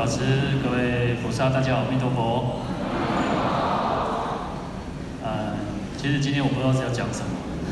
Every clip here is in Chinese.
法师，各位菩萨，大家好，阿弥陀佛。其实今天我不知道是要讲什么。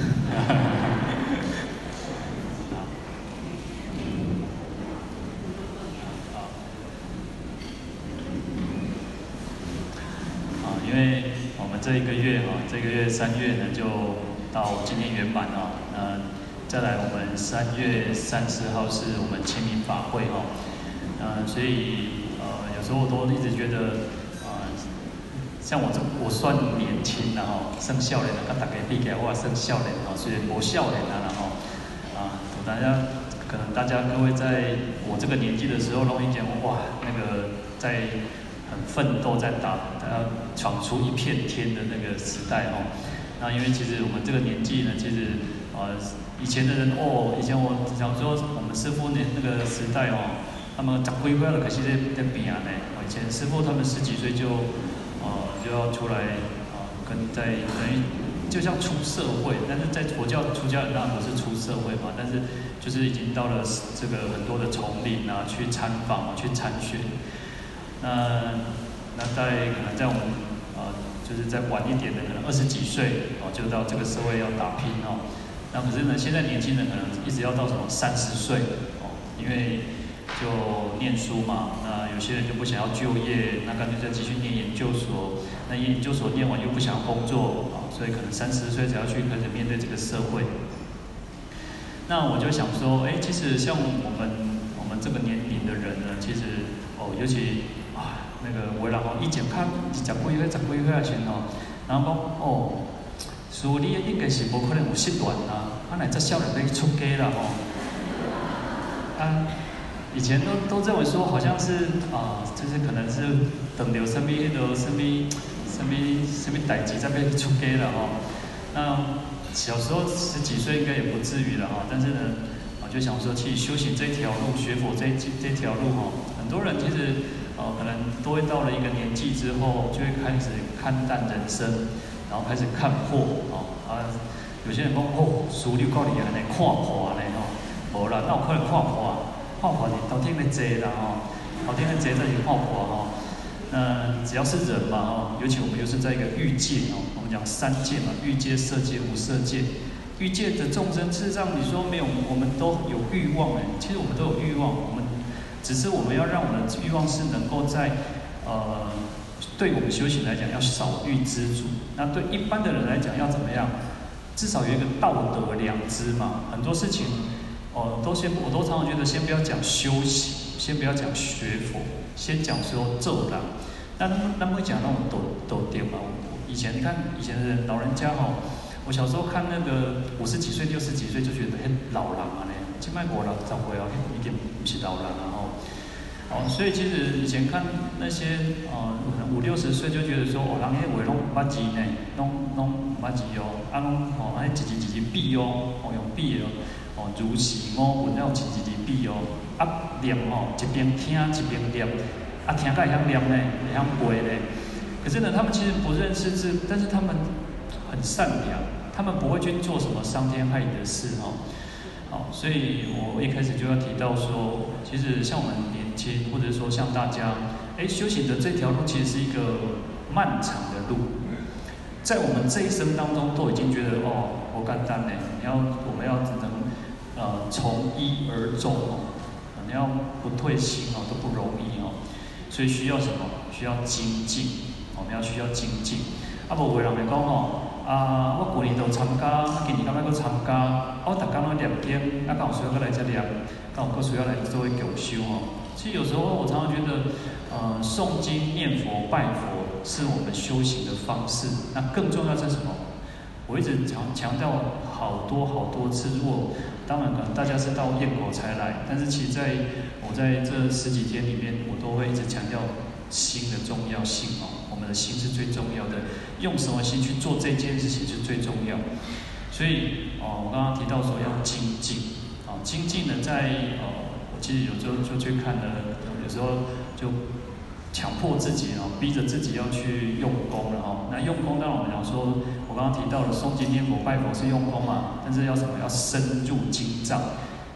因为我们这一个月这个月3月呢就到今天圆满再来我们3月30号是我们清明法会所以有时候我都一直觉得像我算年轻的算少年的，跟大家比起来我算少年虽然不少年大家可能各位在我这个年纪的时候，容易讲哇那个在很奋斗，在闯出一片天的那个时代那因为其实我们这个年纪呢，其实以前的人以前我想说我们师父那个时代他们十几岁就开始在拼呢。以前师父他们10几岁就要出来等于就像出社会，但是在佛教出家人当然不是出社会嘛，但是就是已经到了这个很多的丛林去参访去参学。那可能在我们就是再晚一点的，可能20几岁就到这个社会要打拼那可是呢，现在年轻人可能一直要到什么30岁因为就念书嘛，那有些人就不想要就业，那干脆再继续念研究所。那研究所念完又不想要工作所以可能30岁才要去开始面对这个社会。那我就想说，其实像我们这个年龄的人呢，其实尤其那个有的人以前看20几岁、10几岁的时候然后讲师你应该是无可能有失恋乃这少年要去出家啦以前都认为说好像是就是可能是等到什么代志才要去出家了那小时候10几岁应该也不至于了但是呢，就想说去修行这条路，学佛这条路很多人其实可能都会到了一个年纪之后，就会开始看淡人生，然后开始看破有些人讲师父教你安尼看破呢无啦，哪有可能看破看破你头天在坐啦头天在坐再去看破只要是人嘛尤其我们又是在一个欲界我们讲3界嘛，欲界、色界、无色界。欲界的众生，事实上你说没有，我们都有欲望其实我们都有欲望，只是我们要让我们的欲望是能够在对我们修行来讲要少欲知足，那对一般的人来讲要怎么样？至少有一个道德良知嘛。很多事情我都常常觉得，先不要讲修行，先不要讲学佛，先讲说做人。那会讲那种斗点嘛？以前你看以前的人，老人家我小时候看那个50几岁、60几岁就觉得老人现在50、60岁已经不是老人所以其实以前看那些50、60岁就觉得说人迄话拢有捌字呢，拢有捌字拢一字比用比的如是5文了一字比念一边听一边念听到会晓念呢，会晓背呢。可是呢，他们其实不认识字，但是他们很善良，他们不会去做什么伤天害理的事所以我一开始就要提到说，其实像我们年轻，或者说像大家，修行的这条路其实是一个漫长的路，在我们这一生当中都已经觉得不简单呢。我们要只能从一而终你要不退心都不容易所以需要什么？需要精进，我们要需要精进。无有人会讲我去年都参加，今年敢要搁参加，我逐天拢念经，敢有需要搁来这念，敢有搁需要来做共修其实有时候我常常觉得，诵经、念佛、拜佛是我们修行的方式。那更重要是什么？我一直强调好多次。如果当然可能大家是到堰口才来，但是其实我在这10几天里面，我都会一直强调心的重要性我们的心是最重要的，用什么心去做这件事情是最重要。所以我刚刚提到说要精进精进呢，我其实有时候就去看了，有时候就强迫自己逼着自己要去用功了那用功，当然我们讲说，我刚刚提到了诵经念佛拜佛是用功嘛，但是要什么？要深入经藏。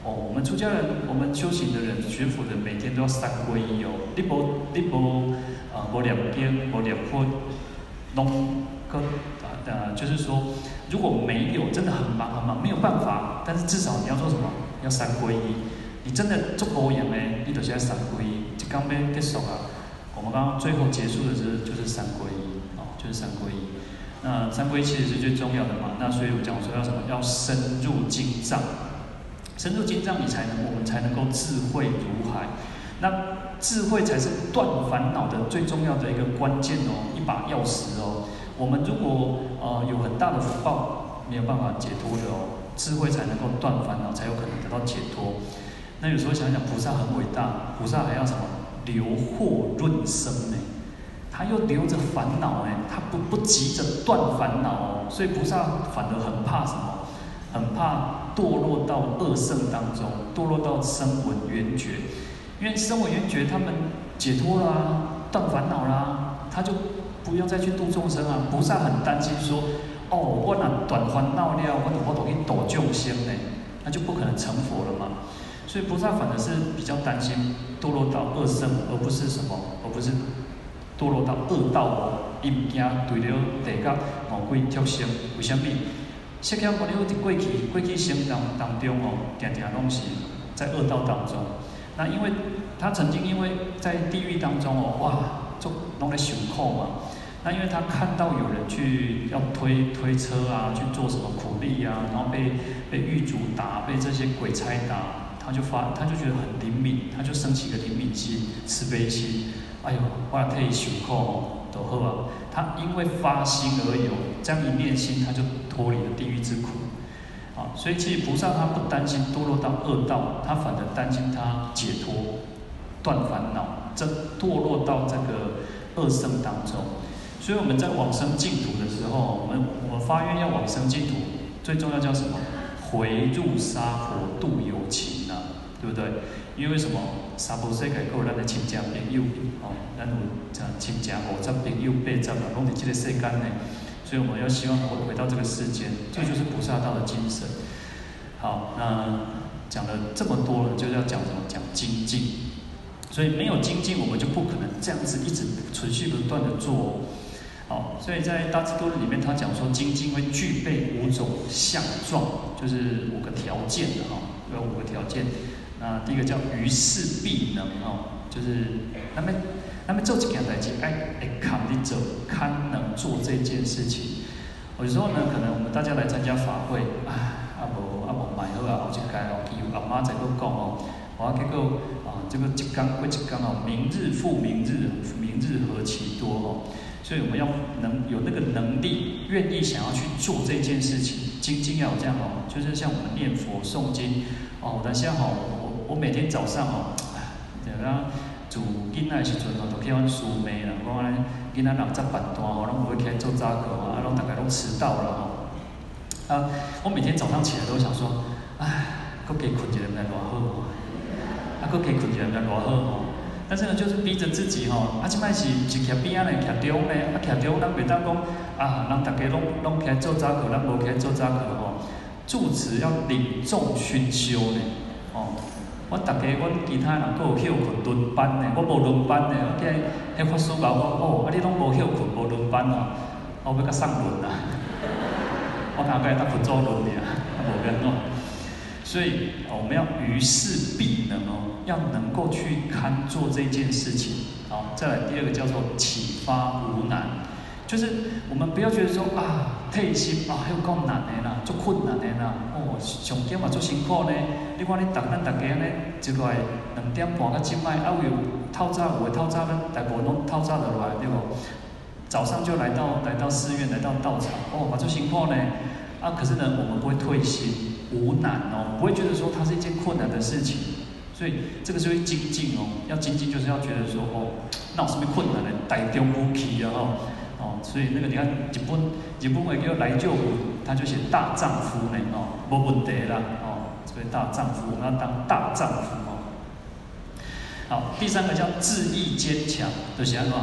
哦，我们出家人，我们修行的人，学佛的每天都要三皈依哦。你无无念经，无念佛，拢就是说，如果没有真的很忙，没有办法，但是至少你要做什么？要三皈依。你真的做无用诶，你就是要三皈依。一刚要结束啊，我们刚刚最后结束的就是三皈依哦，就是三皈依。那三皈依其实是最重要的嘛。那所以我讲说要什么？要深入经藏。深入经藏，我们才能够智慧如海。那智慧才是断烦恼的最重要的一个关键哦，一把钥匙哦。我们如果有很大的福报，没有办法解脱的哦，智慧才能够断烦恼，才有可能得到解脱。那有时候想想，菩萨很伟大，菩萨还要什么？留祸润生呢？他又留着烦恼呢，他不急着断烦恼哦，所以菩萨反而很怕什么？很怕堕落到恶圣当中，堕落到声闻缘觉，因为声闻缘觉他们解脱啦、断烦恼啦，他就不用再去度众生啊。菩萨很担心说，哦，我若断烦恼了，我都去度众生呢，那就不可能成佛了嘛。所以菩萨反而是比较担心堕落到恶圣，而不是什么，而不是堕落到恶道哦。伊唔惊对了地甲魔鬼挑衅，为什么？释迦牟尼佛伫过去生当中哦，常常拢是在恶道当中。那因为他曾经因为在地狱当中哦，哇，就拢在受苦嘛。那因为他看到有人去要推车啊，去做什么苦力啊，然后被狱卒打，被这些鬼差打，他就觉得很怜悯，他就升起个怜悯心、慈悲心。哎呦，我要替伊受苦哦，就好啊。他因为发心而有，这样一念心，他就脱离了地狱之苦。啊，所以其实菩萨他不担心堕落到恶道，他反而担心他解脱、断烦恼，这堕落到这个恶生当中。所以我们在往生净土的时候，我们发愿要往生净土，最重要叫什么？回入沙婆度有情啊，对不对？因为什么？娑婆世界还有咱的亲家朋友，哦，咱有亲家50朋友80啊，拢在这个世间呢。所以我们要希望回到这个世间，这就是菩萨道的精神。好，那讲了这么多了，就要讲什么？讲精进。所以没有精进，我们就不可能这样子一直持续不断的做。好，所以在大智度论里面，他讲说精进会具备5种相状，就是5个条件的哈，有5个条件。那第一个叫于事必能哦，就是那么做一件代志，会堪你做，堪能做这件事情。有时候呢，可能我们大家来参加法会，无买好啊，后一届哦，有阿妈在讲哦，结果这个一天过一天哦，明日复明日，明日何其多哦。所以我们要有那个能力，愿意想要去做这件事情，精进要有这样哦，就是像我们念佛诵经哦，但现在我每天早上哦，对啦。自囡仔的时阵吼，就去阮师妹啦，讲安尼囡仔人才办单吼，拢无要起来做早课啊，拢大概拢迟到了吼。我每天早上起来都想说，搁加困一下，来偌好吼，搁加困一下，来偌好吼。但是呢，就是逼着自己吼，即摆是徛边仔呢，徛中呢，徛中咱袂当讲人大家拢起来做早课，咱无起来做早课吼。住持要领众熏修呢，哦。阮其他人都有休困轮班呢，我无轮班呢。我迄法师甲我讲，你拢无休困，无轮班哦，我要甲上轮啦。我大概当辅助轮尔，无要弄。所以我们要于事必能哦，要能够去堪做这件事情。好，再来第2个叫做启发无难，就是我们不要觉得说退心还有够难的啦，足困难的啦，上经嘛足辛苦呢。你看咱大家呢，一落来2点半到即摆，有透早有的透早，咱大部分拢透早就落来，对无？早上就来到寺院，来到道场，嘛足辛苦呢。可是呢，我们不会退心，无难哦，不会觉得说它是一件困难的事情。所以这个就是精进哦，要精进就是要觉得说那有什么困难呢？大中无气啊所以那个你看日本话叫来救我，他就写大丈夫呢无问题啦所以大丈夫我们要当大丈夫好，第3个叫志毅坚强，就是安怎？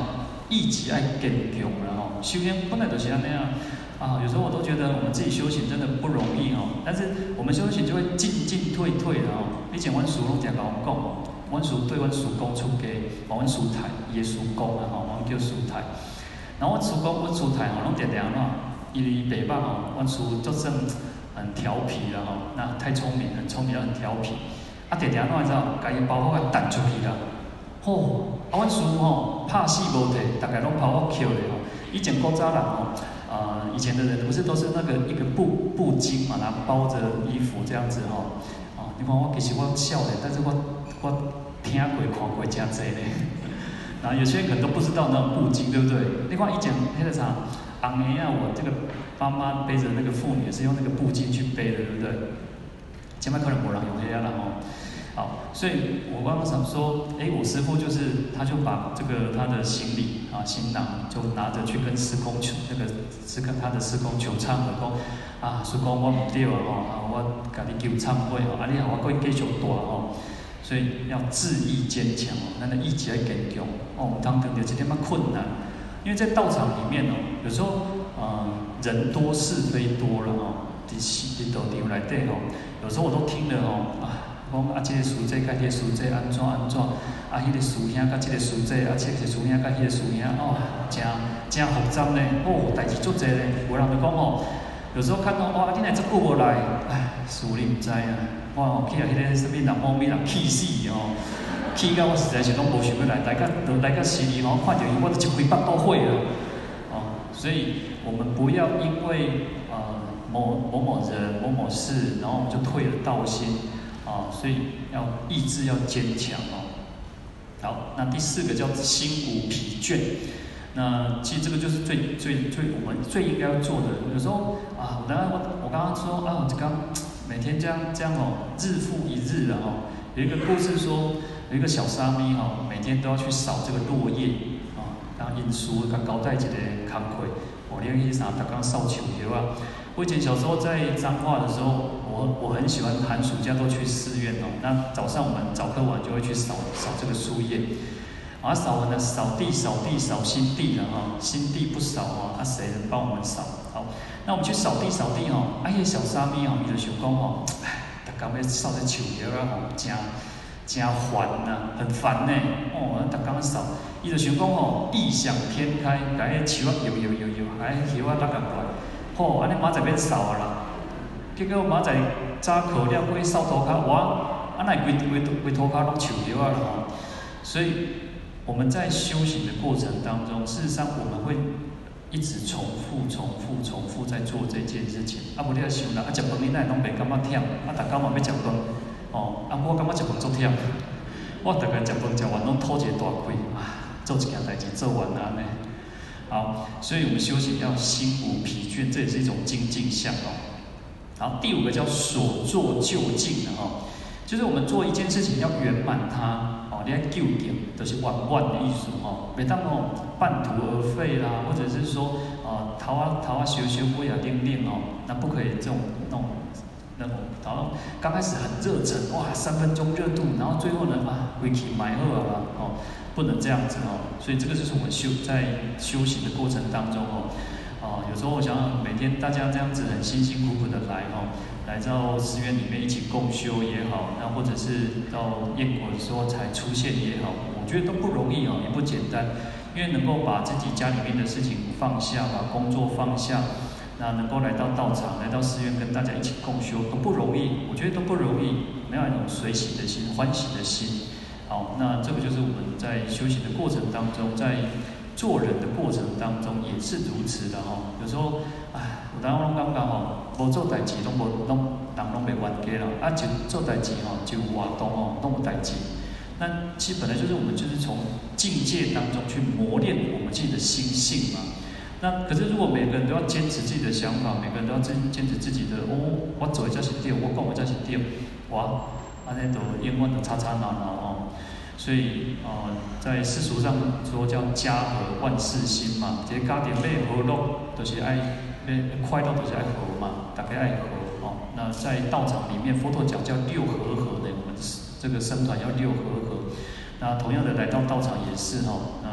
意志爱坚强啦吼。修炼本来就是安尼啊。有时候我都觉得我们自己修行真的不容易哦。但是我们修行就会进进退退的哦。以前阮师拢常甲我讲哦，阮师对阮师公出家，阮师太，伊的师公啊吼，阮叫师太。然后阮师公、阮师太吼，拢常常安怎？伊爸爸吼，阮师足算很调皮啦吼，那太聪明，很聪明又很调皮。常常安怎？甲伊包袱甲弹出去啦。阮师吼拍死无摕，大概拢跑我捡的吼。以前古早人吼。以前的人不是都是那个一个布巾嘛，然后包着衣服这样子吼。你看我其实我少年，但是我听过看过真多咧。然后有些人可能都不知道那种布巾，对不对？你看以前那个啥，红爷啊，我这个妈妈背着那个妇女也是用那个布巾去背的，对不对？现在可能没人用那样了吼。好，所以我刚刚想说，我师父就是他就把这个他的行李行囊就拿着去跟师公求他的师公求忏悔，讲师公我唔对吼，我甲你求忏悔吼，你让我继续大吼，所以要志意坚强哦，咱的意志要坚强哦，唔通遇到这点仔困难，因为在道场里面哦，有时候人多是非多了哦，伫道场内底哦，有时候我都听了哦讲这个师姐甲迄个师姐安怎，迄个师兄甲这个师姐，这个师兄甲迄个师兄，真复杂呢。代志足济呢。有人就讲有时候看到你来这久无来，师你唔知啊，我去迄个什么南方美人气死气到我实在是拢无想要来，来到寺里看到伊，我就一回百多会了。所以我们不要因为某人某事，然后我们就退了道心。所以意志要坚强哦。好，那第4个叫心无疲倦。那其实这个就是我们最应该要做的。有时候我刚刚说每天这样日复一日的有一个故事说，有一个小沙弥每天都要去扫这个落叶然后因书甲交代一个工课，你去啥，逐工扫树叶啊。我以前小时候在彰化的时候，我很喜欢寒暑假都去寺院那早上我们早课晚就会去扫这个树叶，扫完了扫地扫新地了新地不扫谁能帮我们扫？好，那我们去扫地那个小沙弥伊就想讲逐工要扫这树叶真烦很烦呢逐工扫，伊就想讲异想天开，甲迄树摇，叶落过来，安尼明仔载要扫啊啦。结果明仔载早课了，过去扫涂骹，哪会规涂骹拢树叶啦所以我们在修行的过程当中，事实上我们会一直重复在做这件事情。无你要想啦，食饭你哪会拢袂感觉忝？逐工嘛要食饭我感觉食饭足忝。我大概食饭食完拢吐一个大气做一件代志做完安尼。好，所以我们修行要心无疲倦，这也是一种精进相好，第5个叫所作就尽就是我们做一件事情要圆满它你要究竟，就是圆满的意思袂当半途而废啦，或者是说头啊修尾啊冷那不可以这种然后刚开始很热忱3分钟热度，然后最后呢规气埋好啊不能这样子所以这个就是我们在修行的过程当中有时候我想每天大家这样子很辛辛苦苦的来到寺院里面一起共修也好，那或者是到燕国的时候才出现也好，我觉得都不容易也不简单，因为能够把自己家里面的事情放下，把工作放下。那能够来到道场，来到寺院跟大家一起共修都不容易，我觉得都不容易，没有一种随喜的心、欢喜的心。好，那这个就是我们在修行的过程当中，在做人的过程当中也是如此的有时候，有当拢感觉无做代志人拢袂冤家啦，就做代志就活动拢有代志。那其实本来就是我们就是从境界当中去磨练我们自己的心性嘛。那可是如果每个人都要坚持自己的想法，每个人都要坚持自己的我做的才是对，我讲的才是对，安尼都永远都吵闹所以在世俗上说叫家和万事兴嘛，这个家庭要和乐，就是爱快乐，就是爱和嘛，大家爱和那在道场里面，佛陀讲叫六和合的，我们这个僧团要六和合。那同样的来到道场也是那我们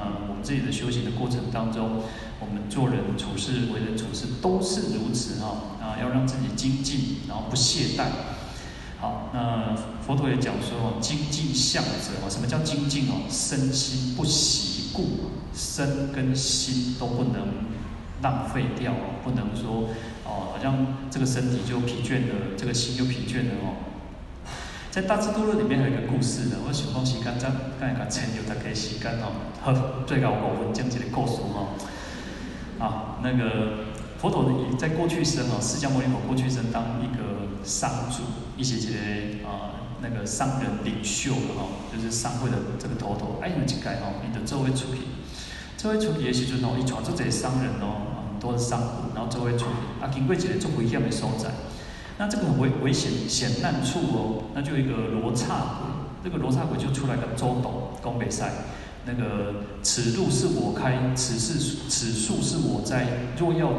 自己的修行的过程当中，我们做人处事、为人处事都是如此要让自己精进，然后不懈怠。好，那佛陀也讲说，精进相者什么叫精进身心不习故，身跟心都不能浪费掉不能说好像这个身体就疲倦了，这个心就疲倦了在《大智度论》里面还有一个故事的，我想讲时间才刚才牵有大家时间好，最高5分钟一个故事那个佛陀在过去生释迦牟尼佛过去生当一个商主，一些那个商人领袖就是商会的这个头头，有一届伊就做伙出去，的时阵伊带足侪商人很多的商贾，然后做伙出去，经过一个足危险的所在。那这个很危险险难处那就有一个罗刹鬼，这个罗刹鬼就出来个周董，讲袂使，那个此路是我开，此树是我栽，若要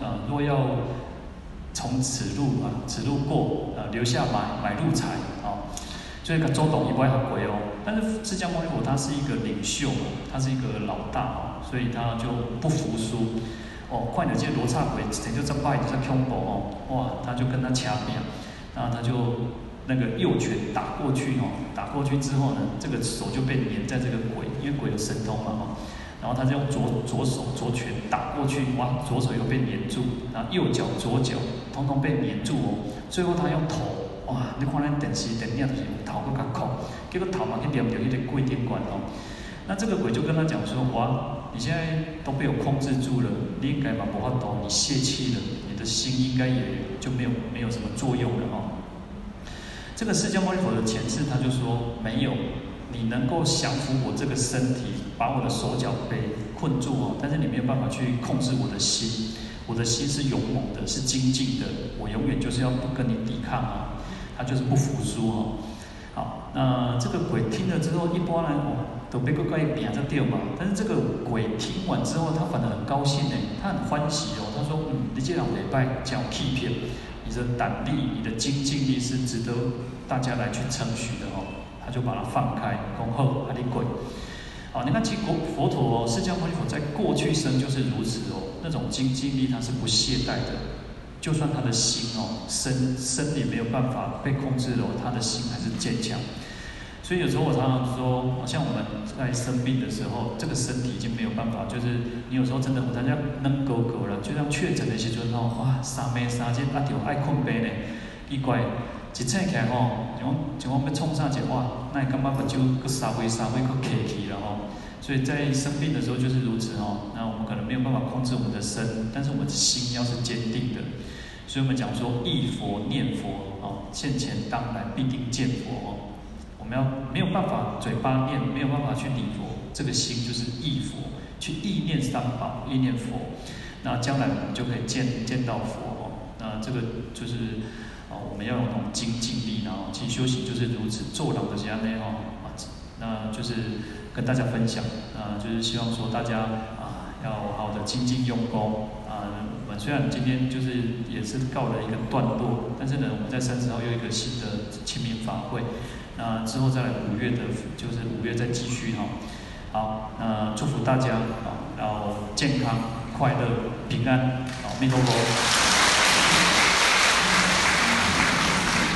从此路过，留下买路财所以个周董也不会很鬼但是释迦牟尼佛他是一个领袖他是一个老大所以他就不服输。看到这个罗刹鬼，成就这摆就恐怖哇！他就跟他掐柄，那他就那个右拳打过去打过去之后呢，这个手就被粘在这个鬼，因为鬼有神通嘛然后他就用左拳打过去，哇，左手又被粘住，然后右脚左脚统统被粘住最后他用头，哇！你看咱电影就是用头去甲控，结果头嘛去粘到迄个鬼顶管那这个鬼就跟他讲说，哇！你现在都被我控制住了，你应该嘛不法度，你泄气了，你的心应该也就没有什么作用了这个释迦牟尼佛的前世他就说，没有，你能够降服我这个身体，把我的手脚给困住但是你没有办法去控制我的心，我的心是勇猛的，是精进的，我永远就是要不跟你抵抗他就是不服输好，那这个鬼听了之后，一般人都被个怪扁着掉嘛。但是这个鬼听完之后，他反而很高兴他很欢喜他说，你这样礼拜讲欺骗，你的胆力、你的精进力是值得大家来去称许的他就把它放开，恭贺哈利鬼。好，你看其实佛陀释迦牟尼佛在过去生就是如此那种精进力他是不懈怠的。就算他的心身也没有办法被控制他的心还是坚强。所以有时候我常常说，像我们在生病的时候，这个身体已经没有办法，就是你有时候真的大家能够了，就像确诊的时阵哇，3暝3日就爱困病呢，奇怪，一醒起来像我要创啥一哇，那感觉目睭搁沙灰搁起去了所以在生病的时候就是如此那我们可能没有办法控制我们的身，但是我们的心要是坚定的。所以我们讲说，忆佛念佛现前当来必定见佛我们要没有办法嘴巴念，没有办法去礼佛，这个心就是忆佛，去意念三宝，意念佛，那将来我们就可以见到佛那这个就是我们要有那种精进力其实修行就是如此，做人就是这样那就是跟大家分享就是希望说大家要好的精进用功我们虽然今天就是也是告了一个段落，但是呢，我们在30号又有一个新的清明法会，那之后再来5月就是5月再继续好，那祝福大家然后健康、快乐、平安，弥陀佛。